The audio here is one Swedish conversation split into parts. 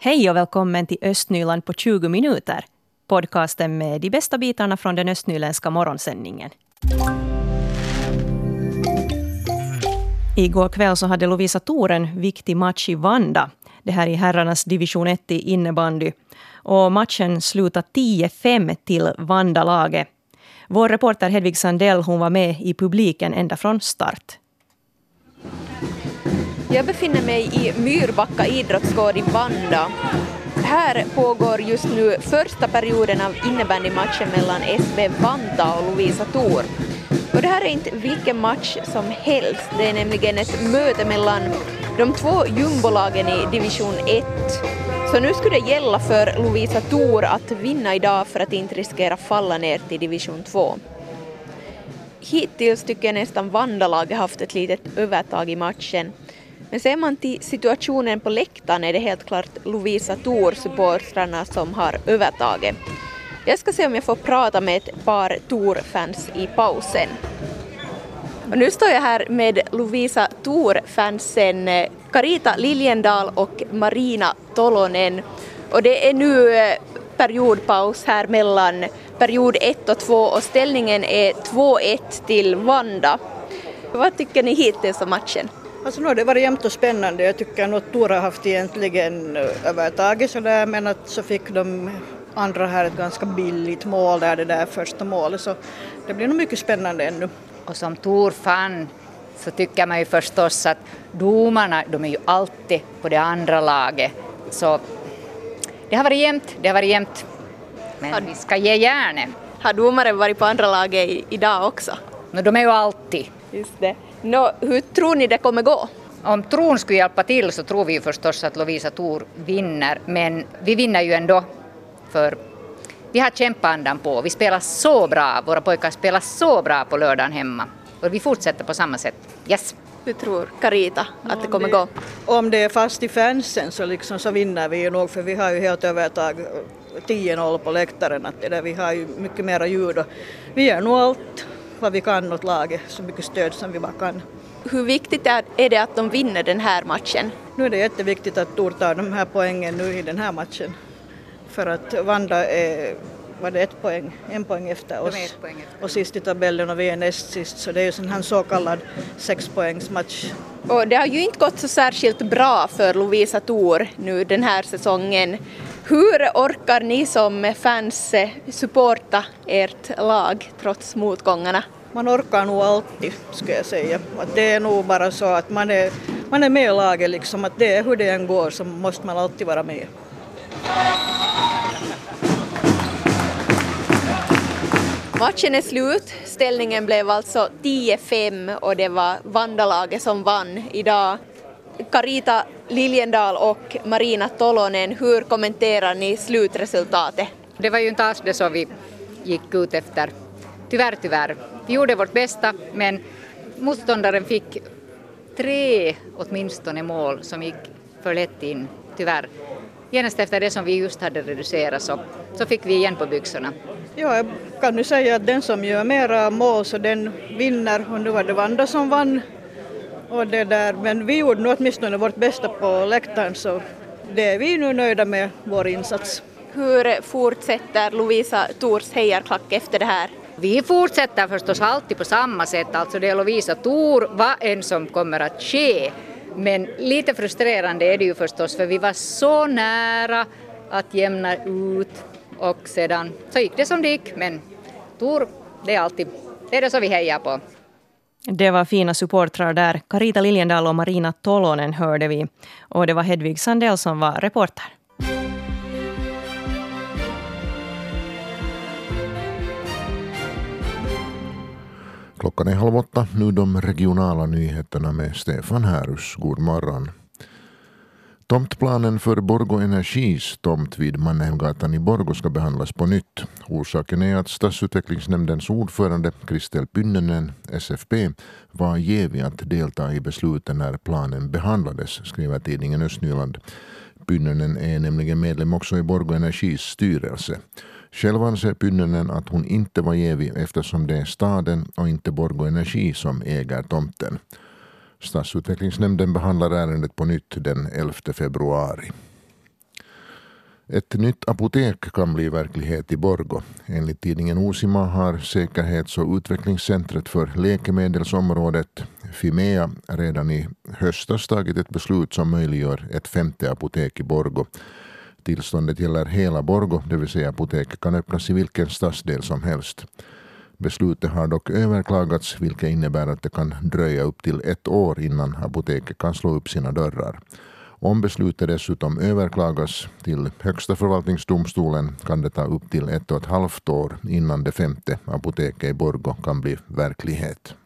Hej och välkommen till Östnyland på 20 minuter. Podcasten med de bästa bitarna från den östnyländska morgonsändningen. Igår kväll så hade Lovisa Thor en viktig match i Vanda. Det här är herrarnas division 1 i innebandy. Och matchen slutade 10-5 till Vanda-laget. Vår reporter Hedvig Sandell, hon var med i publiken ända från start. Jag befinner mig i Myrbacka idrottsgård i Vanda. Här pågår just nu första perioden av innebandymatchen mellan SB Vanda och Lovisa Thor. Och det här är inte vilken match som helst. Det är nämligen ett möte mellan de två jumbolagen i division 1. Så nu skulle det gälla för Lovisa Thor att vinna idag för att inte riskera falla ner till division 2. Hittills tycker jag nästan Vandalaget haft ett litet övertag i matchen. Men ser man till situationen på läktaren är det helt klart Lovisa Thor-supportrarna som har övertaget. Jag ska se om jag får prata med ett par Thor-fans i pausen. Och nu står jag här med Lovisa Thor-fansen Carita Liljendal och Marina Tolonen. Och det är nu periodpaus här mellan period 1 och 2 och ställningen är 2-1 till Vanda. Vad tycker ni hittills om matchen? Alltså nu har det varit jämnt och spännande. Jag tycker nog att Thor har haft egentligen övertaget sådär, men att så fick de andra här ett ganska billigt mål där, det där första målet, så det blir nog mycket spännande ännu. Och som Thor-fan så tycker man ju förstås att domarna, de är ju alltid på det andra laget. Så det har varit jämnt. Men vi ska ge järnet. Har domaren varit på andra laget idag också? Men de är ju alltid. Just det. Hur tror ni det kommer gå? Om tron skulle hjälpa till så tror vi ju förstås att Lovisa Thor vinner. Men vi vinner ju ändå för vi har kämpandan på. Vi spelar så bra, våra pojkar spelar så bra på lördagen hemma. Och vi fortsätter på samma sätt. Yes. Hur tror Carita att det kommer gå? Om det är fast i fansen så vinner vi ju nog, för vi har ju helt övertag 10-0 på läktaren. Vi har ju mycket mera ljud och vi gör nog allt vad vi kan åt laget, så mycket stöd som vi bara kan. Hur viktigt är det att de vinner den här matchen? Nu är det jätteviktigt att Thor tar de här poängen nu i den här matchen. För att Vanda var det en poäng efter oss. Och sist i tabellen och vi är näst sist, så det är ju en så kallad 6-poängsmatch. Och det har ju inte gått så särskilt bra för Lovisa Thor nu den här säsongen. Hur orkar ni som fans supporta ert lag trots motgångarna? Man orkar nog alltid, ska jag säga. Att det är nog bara så att man är med i laget liksom, att det är hur det än går så måste man alltid vara med. Matchen är slut. Ställningen blev alltså 10-5 och det var Vandalaget som vann idag. Carita Liljendal och Marina Tolonen, hur kommenterar ni slutresultatet? Det var ju inte alls det som vi gick ut efter. Tyvärr. Vi gjorde vårt bästa, men motståndaren fick 3 åtminstone mål som gick för lätt in, tyvärr. Genast efter det som vi just hade reducerat så fick vi igen på byxorna. Ja, jag kan nu säga att den som gör mera mål så den vinner, och nu var det Vanda som vann. Och men vi gjorde nog åtminstone vårt bästa på läktaren, så det är vi nu nöjda med vår insats. Hur fortsätter Lovisa Thors hejarklack efter det här? Vi fortsätter förstås alltid på samma sätt, alltså det är Lovisa Thor, vad än som kommer att ske. Men lite frustrerande är det ju förstås, för vi var så nära att jämna ut och sedan så gick det som det gick, men Thor, det är det som vi hejar på. Det var fina supportrar där. Carita Liljendal och Marina Tolonen hörde vi. Och det var Hedvig Sandell som var reporter. Klockan är 7:30. Nu de regionala nyheterna med Stefan Härus. God morgon. Tomtplanen för Borgå Energis tomt vid Mannheimgatan i Borgå ska behandlas på nytt. Orsaken är att stadsutvecklingsnämndens ordförande Kristel Pynnönen, SFP, var jävig att delta i besluten när planen behandlades, skriver tidningen Östnyland. Pynnönen är nämligen medlem också i Borgå Energis styrelse. Själv anser Pynnönen att hon inte var jävig eftersom det är staden och inte Borgå Energi som äger tomten. Stadsutvecklingsnämnden behandlar ärendet på nytt den 11 februari. Ett nytt apotek kan bli verklighet i Borgå. Enligt tidningen Osima har säkerhets- och utvecklingscentret för läkemedelsområdet Fimea redan i höstas tagit ett beslut som möjliggör ett 5:e apotek i Borgå. Tillståndet gäller hela Borgå, det vill säga apoteket kan öppnas i vilken stadsdel som helst. Beslutet har dock överklagats, vilket innebär att det kan dröja upp till 1 år innan apoteket kan slå upp sina dörrar. Om beslutet dessutom överklagas till Högsta förvaltningsdomstolen kan det ta upp till 1,5 år innan det 5:e apoteket i Borgå kan bli verklighet.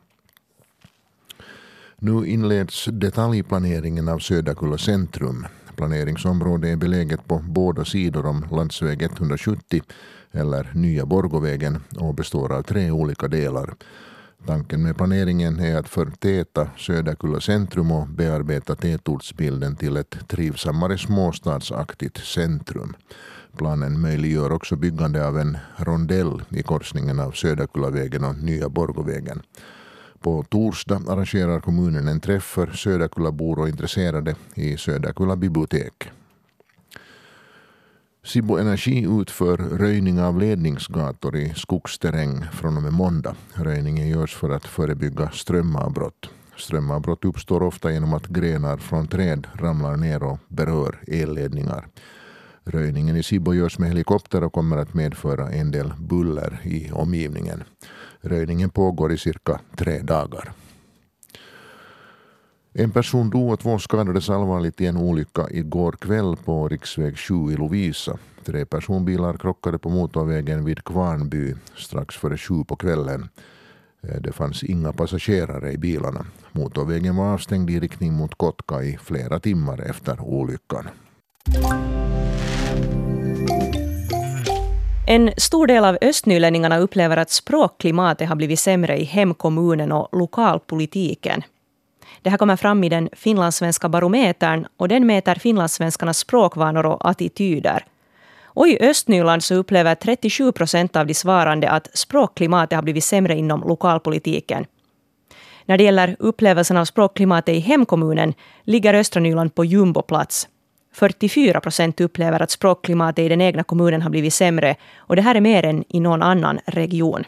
Nu inleds detaljplaneringen av Söderkulla centrum. Planeringsområdet är beläget på båda sidor om landsväg 170 eller Nya Borgåvägen och består av 3 olika delar. Tanken med planeringen är att förtäta Söderkulla centrum och bearbeta tätortsbilden till ett trivsammare småstadsaktigt centrum. Planen möjliggör också byggande av en rondell i korsningen av Söderkullavägen och Nya Borgåvägen. På torsdag arrangerar kommunen en träff för Söderkullabor och intresserade i Söderkulla bibliotek. Sibbo Energi utför röjning av ledningsgator i skogsterräng från och med måndag. Röjningen görs för att förebygga strömavbrott. Strömavbrott uppstår ofta genom att grenar från träd ramlar ner och berör elledningar. Röjningen i Sibbo görs med helikopter och kommer att medföra en del buller i omgivningen. Röjningen pågår i cirka 3 dagar. En person dog och 2 skadades allvarligt i en olycka igår kväll på riksväg 7 i Lovisa. 3 personbilar krockade på motorvägen vid Kvarnby strax före 7 på kvällen. Det fanns inga passagerare i bilarna. Motorvägen var avstängd i riktning mot Kotka i flera timmar efter olyckan. En stor del av östnylänningarna upplever att språkklimatet har blivit sämre i hemkommunen och lokalpolitiken. Det här kommer fram i den finlandssvenska barometern och den mäter finlandssvenskarnas språkvanor och attityder. Och i Östnyland så upplever 37% av de svarande att språkklimatet har blivit sämre inom lokalpolitiken. När det gäller upplevelsen av språkklimatet i hemkommunen ligger Östra Nyland på jumboplats. 44% upplever att språkklimatet i den egna kommunen har blivit sämre och det här är mer än i någon annan region.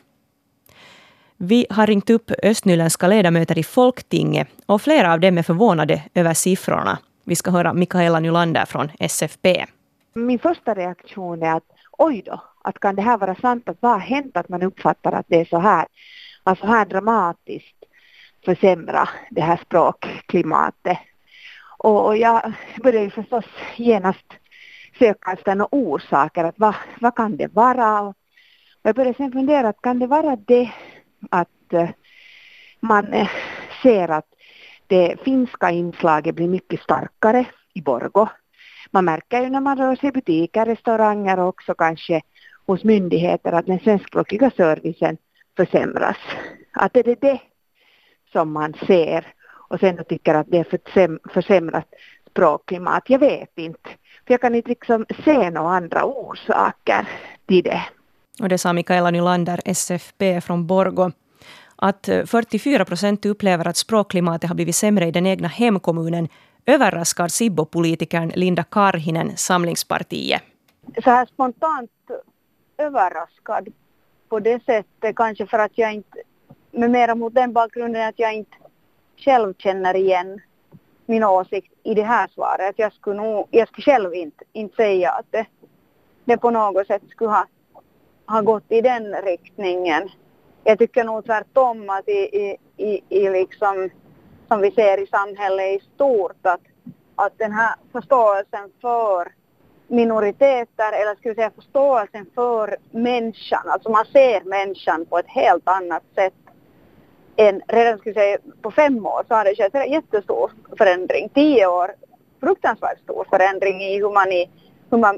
Vi har ringt upp östnyländska ledamöter i Folktinget och flera av dem är förvånade över siffrorna. Vi ska höra Mikaela Nylander från SFP. Min första reaktion är att oj då, att kan det här vara sant, att vad har hänt att man uppfattar att det är så här dramatiskt försämra det här språkklimatet. Och jag började ju förstås genast söka efter några orsaker, att vad kan det vara? Och jag började sen fundera, att kan det vara det att man ser att det finska inslaget blir mycket starkare i Borgå. Man märker ju när man rör sig i butiker, restauranger och också kanske hos myndigheter att den svenskspråkiga servicen försämras. Att det är det som man ser och sen tycker att det är försämrat språkklimat. Jag vet inte. För jag kan inte liksom se några andra orsaker till det. Och det sa Mikaela Nylander, SFP från Borgå. Att 44% upplever att språkklimatet har blivit sämre i den egna hemkommunen överraskar Sibbo-politikern Linda Karhinen, Samlingspartiet. Så här spontant överraskad på det sättet, kanske för att jag inte, med mera mot den bakgrunden att jag inte själv känner igen min åsikt i det här svaret. Jag skulle själv inte säga att det på något sätt skulle ha gått i den riktningen. Jag tycker nog tvärtom att i liksom, som vi ser i samhället i stort, att den här förståelsen för minoriteter, eller skulle säga förståelsen för människan, alltså man ser människan på ett helt annat sätt än redan skulle säga på 5 år så har det skett en jättestor förändring. 10 år, fruktansvärt stor förändring i hur man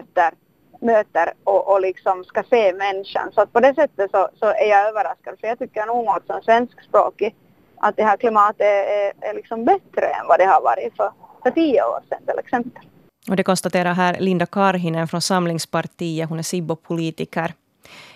möter och liksom ska se människan. Så att på det sättet så är jag överraskad, för jag tycker nog att som svenskspråkig att det här klimatet är liksom bättre än vad det har varit för 10 år sedan till exempel. Och det konstaterar här Linda Karhinen från Samlingspartiet, hon är Sibbo-politiker.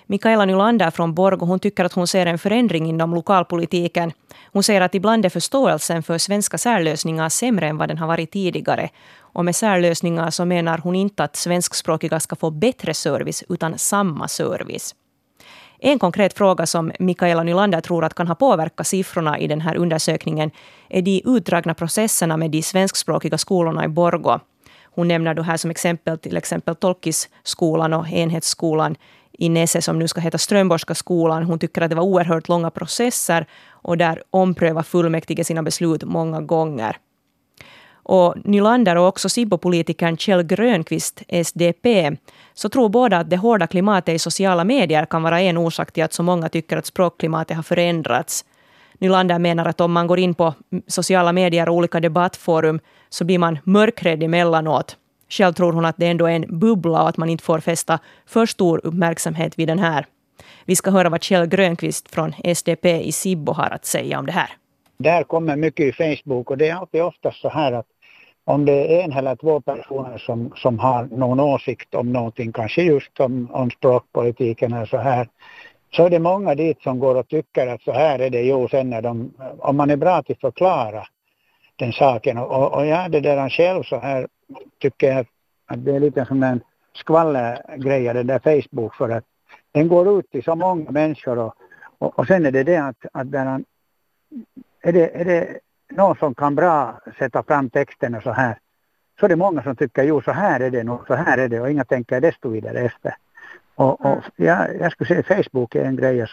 Mikaela Nylander från Borgå, hon tycker att hon ser en förändring inom lokalpolitiken. Hon säger att ibland är förståelsen för svenska särlösningar sämre än vad den har varit tidigare. Och med särlösningar så menar hon inte att svenskspråkiga ska få bättre service utan samma service. En konkret fråga som Mikaela Nylander tror att kan ha påverkat siffrorna i den här undersökningen är de utdragna processerna med de svenskspråkiga skolorna i Borgå. Hon nämner då här som exempel till exempel Tolkisskolan och enhetsskolan i Näse som nu ska heta Strömborska skolan. Hon tycker att det var oerhört långa processer och där omprövar fullmäktige sina beslut många gånger. Och Nylander och också Sibbo-politikern Kjell Grönqvist, SDP, så tror båda att det hårda klimatet i sociala medier kan vara en orsak till att så många tycker att språkklimatet har förändrats. Nylander menar att om man går in på sociala medier och olika debattforum så blir man mörkrädd emellanåt. Själv tror hon att det ändå är en bubbla och att man inte får fästa för stor uppmärksamhet vid den här. Vi ska höra vad Kjell Grönqvist från SDP i Sibbo har att säga om det här. Där kommer mycket i Facebook och det är alltid ofta så här att om det är en eller två personer som har någon åsikt om någonting, kanske just om språkpolitiken eller så här, så är det många dit som går och tycker att så här är det ju sen när om man är bra till att förklara den saken. Och jag det där själv så här tycker jag att det är lite som en skvallergrej det där Facebook, för att den går ut till så många människor och sen är det att där är det någon som kan bra sätta fram texten och så här, så är det många som tycker jo så här är det nog, så här är det, och inga tänker desto vidare efter. Och jag skulle säga Facebook är en grej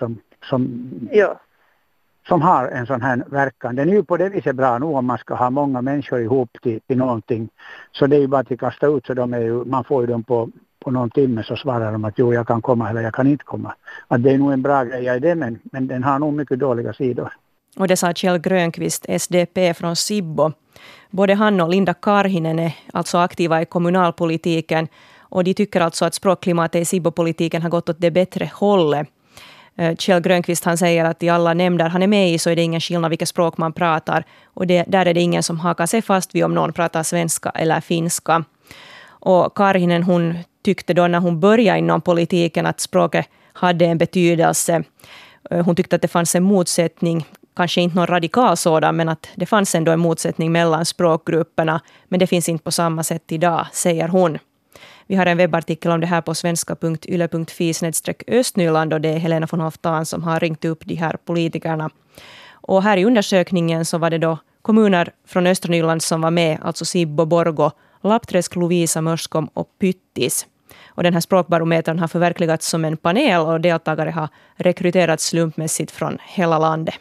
som har en sån här verkan. Den är ju på det viset bra nu om man ska ha många människor ihop till någonting. Så det är ju bara att kasta ut, så man får ju dem på någon timme så svarar de att jo jag kan komma eller jag kan inte komma. Att det är nog en bra grej i det, men den har nog mycket dåliga sidor. Och det sa Kjell Grönqvist, SDP från Sibbo. Både han och Linda Karhinen är alltså aktiva i kommunalpolitiken och de tycker alltså att språkklimatet i Sibbo-politiken har gått åt det bättre hållet. Kjell Grönqvist han säger att i alla nämnder han är med i så är det ingen skillnad vilket språk man pratar. Och där är det ingen som hakar sig fast vid om någon pratar svenska eller finska. Och Karhinen hon tyckte då när hon började inom politiken att språket hade en betydelse. Hon tyckte att det fanns en motsättning, kanske inte någon radikal sådan, men att det fanns ändå en motsättning mellan språkgrupperna. Men det finns inte på samma sätt idag, säger hon. Vi har en webbartikel om det här på svenska.yle.fi/Östnyland och det är Helena von Hoftan som har ringt upp de här politikerna. Och här i undersökningen så var det då kommuner från östra Nyland som var med, alltså Sibbo, Borgå, Lappträsk, Lovisa, Mörskom och Pyttis. Och den här språkbarometern har förverkligats som en panel och deltagare har rekryterats slumpmässigt från hela landet.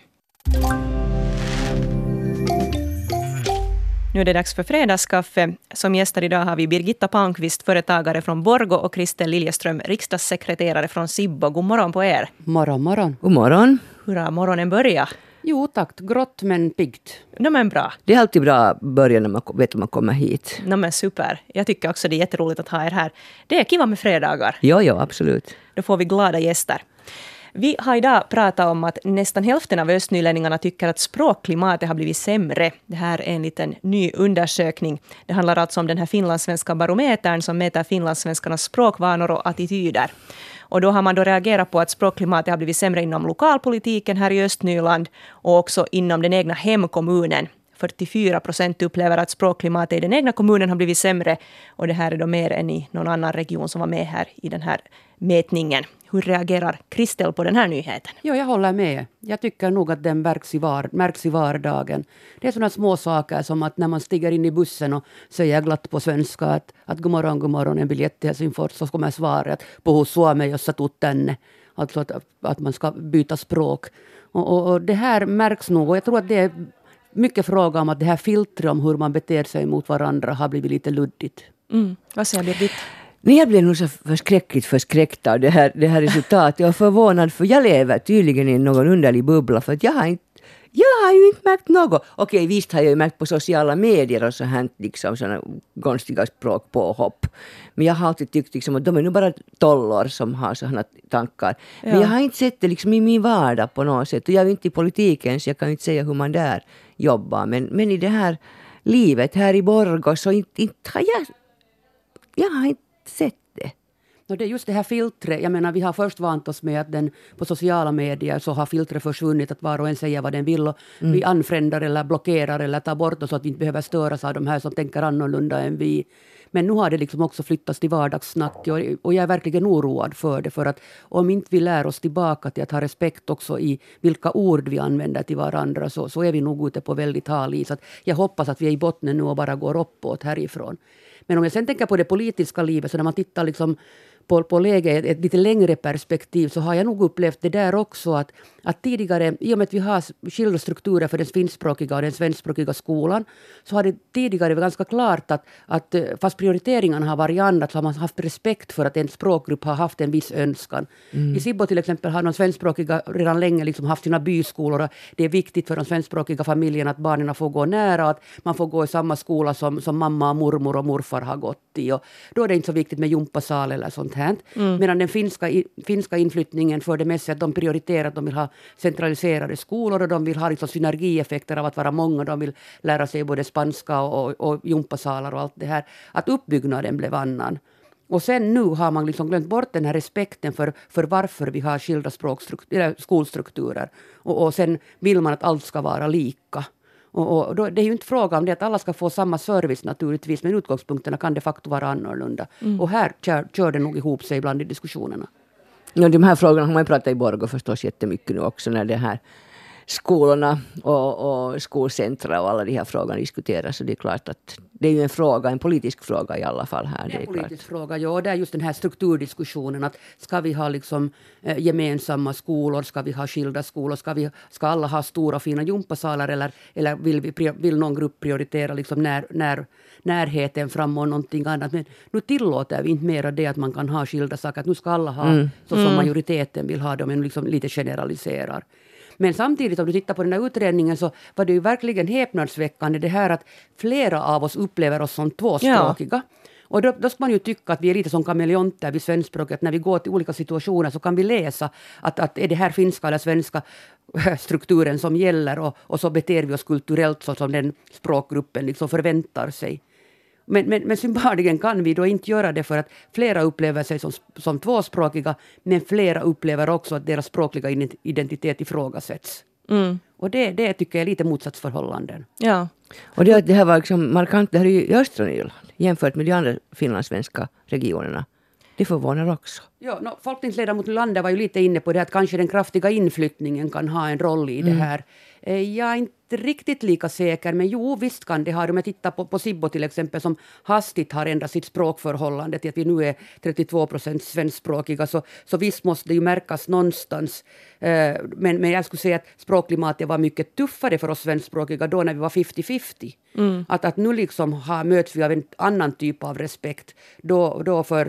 Nu är det dags för fredagskaffe. Som gäster idag har vi Birgitta Palmqvist, företagare från Borgå, och Kristel Liljeström, riksdagssekreterare från Sibbo. God morgon på er. Morgon. God morgon. Hur har morgonen börjat? Jo tack, grått men piggt. Men bra. Det är alltid bra att börja när man vet att man kommer hit. Men super. Jag tycker också det är jätteroligt att ha er här. Det är kiva med fredagar. Jo, absolut. Då får vi glada gäster. Vi har idag pratat om att nästan hälften av östnylänningarna tycker att språkklimatet har blivit sämre. Det här är en liten ny undersökning. Det handlar alltså om den här finlandssvenska barometern som mäter finlandssvenskarnas språkvanor och attityder. Och då har man då reagerat på att språkklimatet har blivit sämre inom lokalpolitiken här i Östnyland och också inom den egna hemkommunen. 44% upplever att språkklimatet i den egna kommunen har blivit sämre, och det här är då mer än i någon annan region som var med här i den här mätningen. Hur reagerar Kristel på den här nyheten? Jo, jag håller med. Jag tycker nog att den märks i vardagen. Det är sådana små saker som att när man stiger in i bussen och säger glatt på svenska att god morgon, en biljett till Helsingfors, så kommer svaret på Suomi, jossa tuut tänne. Alltså att man ska byta språk. Och det här märks nog, och jag tror att det är mycket fråga om att det här filtret om hur man beter sig mot varandra har blivit lite luddigt. Vad säger Birgit? Nej, jag blev nog så förskräckt av det här resultatet. Jag är förvånad, för jag lever tydligen i någon underlig bubbla, för att jag har ju inte märkt något. Okej, visst har jag ju märkt på sociala medier och så här liksom sådana konstiga språkpåhopp. Men jag har alltid tyckt liksom att de är nu bara tollor som har sådana tankar. Ja. Men jag har inte sett det liksom i min vardag på något sätt. Och jag är inte i politiken så jag kan inte säga hur man där jobbar. Men i det här livet här i Borgå så inte har jag har inte sett det. Och det är just det här filtret. Jag menar, vi har först vant oss med att på sociala medier så har filtret försvunnit, att var och en säger vad den vill. Och vi anfrändar eller blockerar eller tar bort oss så att vi inte behöver störas av de här som tänker annorlunda än vi. Men nu har det liksom också flyttats till vardagssnack och jag är verkligen oroad för det. För att om inte vi lär oss tillbaka till att ha respekt också i vilka ord vi använder till varandra så är vi nog ute på väldigt hal is. Att jag hoppas att vi är i botten nu och bara går uppåt härifrån. Men om jag sen tänker på det politiska livet, så när man tittar liksom på läget ett lite längre perspektiv, så har jag nog upplevt det där också att tidigare, i och med att vi har skilda strukturer för den finskspråkiga och den svenskspråkiga skolan, så har det tidigare varit ganska klart att fast prioriteringarna har varit andra, så har man haft respekt för att en språkgrupp har haft en viss önskan. I Sibbo till exempel har de svenskspråkiga redan länge liksom haft sina byskolor, och det är viktigt för de svenskspråkiga familjerna att barnen får gå nära, att man får gå i samma skola som mamma och mormor och morfar har gått i, och då är det inte så viktigt med gympasal eller sånt här. Medan den finska inflyttningen för det med sig att de prioriterar att de vill ha centraliserade skolor, och de vill ha liksom synergieffekter av att vara många. De vill lära sig både spanska och gympasalar och allt det här. Att uppbyggnaden blev annan. Och sen nu har man liksom glömt bort den här respekten för varför vi har skilda skolstrukturer. Och sen vill man att allt ska vara lika. Och då, det är ju inte fråga om det att alla ska få samma service naturligtvis, men utgångspunkterna kan de facto vara annorlunda. Och här kör det nog ihop sig ibland i diskussionerna. Ja, de här frågorna har man pratat i Borgå förstås jättemycket nu också, när det här skolorna och skolcentra och alla de här frågorna diskuteras. Så det är klart att det är ju en politisk fråga i alla fall här. Det är en politisk fråga, ja. Det är just den här strukturdiskussionen, att ska vi ha liksom gemensamma skolor, ska vi ha skilda skolor, ska alla ha stora fina gympasalar, eller vill någon grupp prioritera liksom närheten framåt någonting annat. Men nu tillåter vi inte mer det att man kan ha skilda saker, att nu ska alla ha så som majoriteten vill ha dem, men liksom lite generaliserar. Men samtidigt, om du tittar på den här utredningen, så var det ju verkligen häpnadsväckande det här att flera av oss upplever oss som tvåspråkiga. Ja. Och då ska man ju tycka att vi är lite som kameleonter vid svenskspråket. När vi går till olika situationer så kan vi läsa att är det här finska eller svenska strukturen som gäller, och så beter vi oss kulturellt så som den språkgruppen liksom förväntar sig. Men synbarligen kan vi då inte göra det, för att flera upplever sig som tvåspråkiga, men flera upplever också att deras språkliga identitet ifrågasätts. Och det tycker jag är lite motsatsförhållanden. Ja. Och det här var liksom markant, det här är i östra Nyland jämfört med de andra finlandssvenska regionerna. Det förvånar också. Ja, folktingsledamot Nylander var ju lite inne på det, att kanske den kraftiga inflyttningen kan ha en roll i det här. Jag är inte riktigt lika säker, men jo, visst kan det ha. Om jag tittar på Sibbo till exempel, som hastigt har ändrat sitt språkförhållande till att vi nu är 32% svenskspråkiga, så visst måste det ju märkas någonstans. Men jag skulle säga att språkklimatet var mycket tuffare för oss svenskspråkiga då, när vi var 50-50. Att nu liksom möts vi av en annan typ av respekt. Då för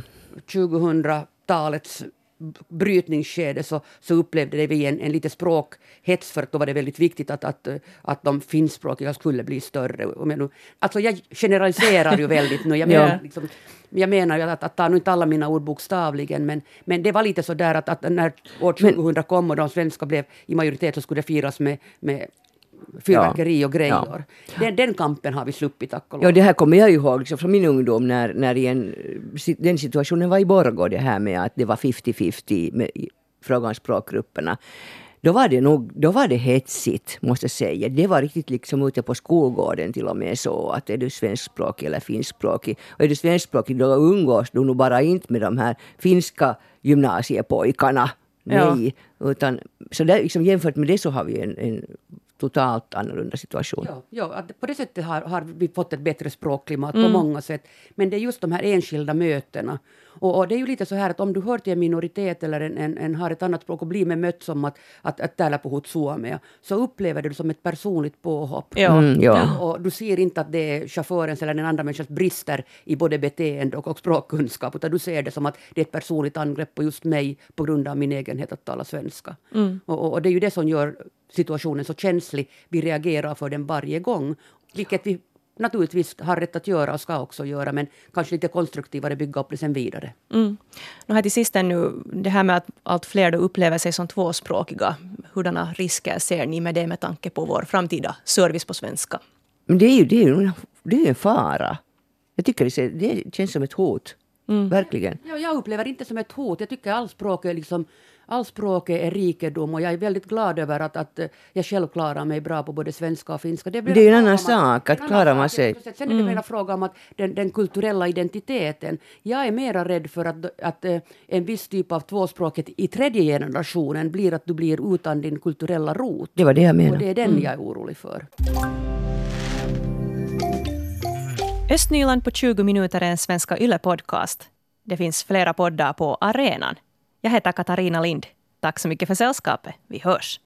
2000-talets brytningsskede så upplevde vi en lite språkhets, för att då var det väldigt viktigt att de finskspråkiga skulle bli större. Alltså jag generaliserar ju väldigt nu. Jag menar ju att ta nu inte alla mina ord bokstavligen, men det var lite så där att när år 2000 kom och de svenska blev i majoritet, så skulle det firas med fyrverkeri och grejer. Ja. Den kampen har vi sluppit, tack och lov. Ja, det här kommer jag ihåg liksom från min ungdom, när den situationen var i Borgå, det här med att det var 50-50 med frågan språkgrupperna. Då var det hetsigt, måste jag säga. Det var riktigt liksom ute på skolgården till och med så, att är du svenskspråkig eller finskspråkig. Och är du svenskspråkig, då umgås du nog bara inte med de här finska gymnasiepojkarna. Nej, utan så där, liksom, jämfört med det så har vi en totalt annorlunda situation. Ja, på det sättet har vi fått ett bättre språkklimat på många sätt. Men det är just de här enskilda mötena. Och det är ju lite så här att om du hör till en minoritet eller en har ett annat språk och blir med mött som att täällä puhut suomea, så upplever du det som ett personligt påhopp. Och du ser inte att det är chaufförens eller den andra människans brister i både beteende och språkkunskap, utan du ser det som att det är ett personligt angrepp på just mig på grund av min egenhet att tala svenska. Och det är ju det som gör situationen så känslig. Vi reagerar för den varje gång, vilket vi naturligtvis har rätt att göra och ska också göra, men kanske lite konstruktivare bygga upp det sen vidare. Nu här till sist ännu, det här med att allt fler då upplever sig som tvåspråkiga. Hurdana risker ser ni med det med tanke på vår framtida service på svenska? Men det är ju en fara. Jag tycker det känns som ett hot. Verkligen. Ja, jag upplever inte som ett hot. Jag tycker all språk är rikedom och jag är väldigt glad över att jag själv klarar mig bra på både svenska och finska. Det är ju en annan sak att klara man sig. Sen är det mera fråga om att den kulturella identiteten. Jag är mera rädd för att en viss typ av tvåspråket i tredje generationen blir att du blir utan din kulturella rot. Det var det jag menade. Och det är den jag är orolig för. Östnyland på 20 minuter är en Svenska Yle-podcast. Det finns flera poddar på arenan. Jag heter Katarina Lind. Tack så mycket för sällskapet. Vi hörs.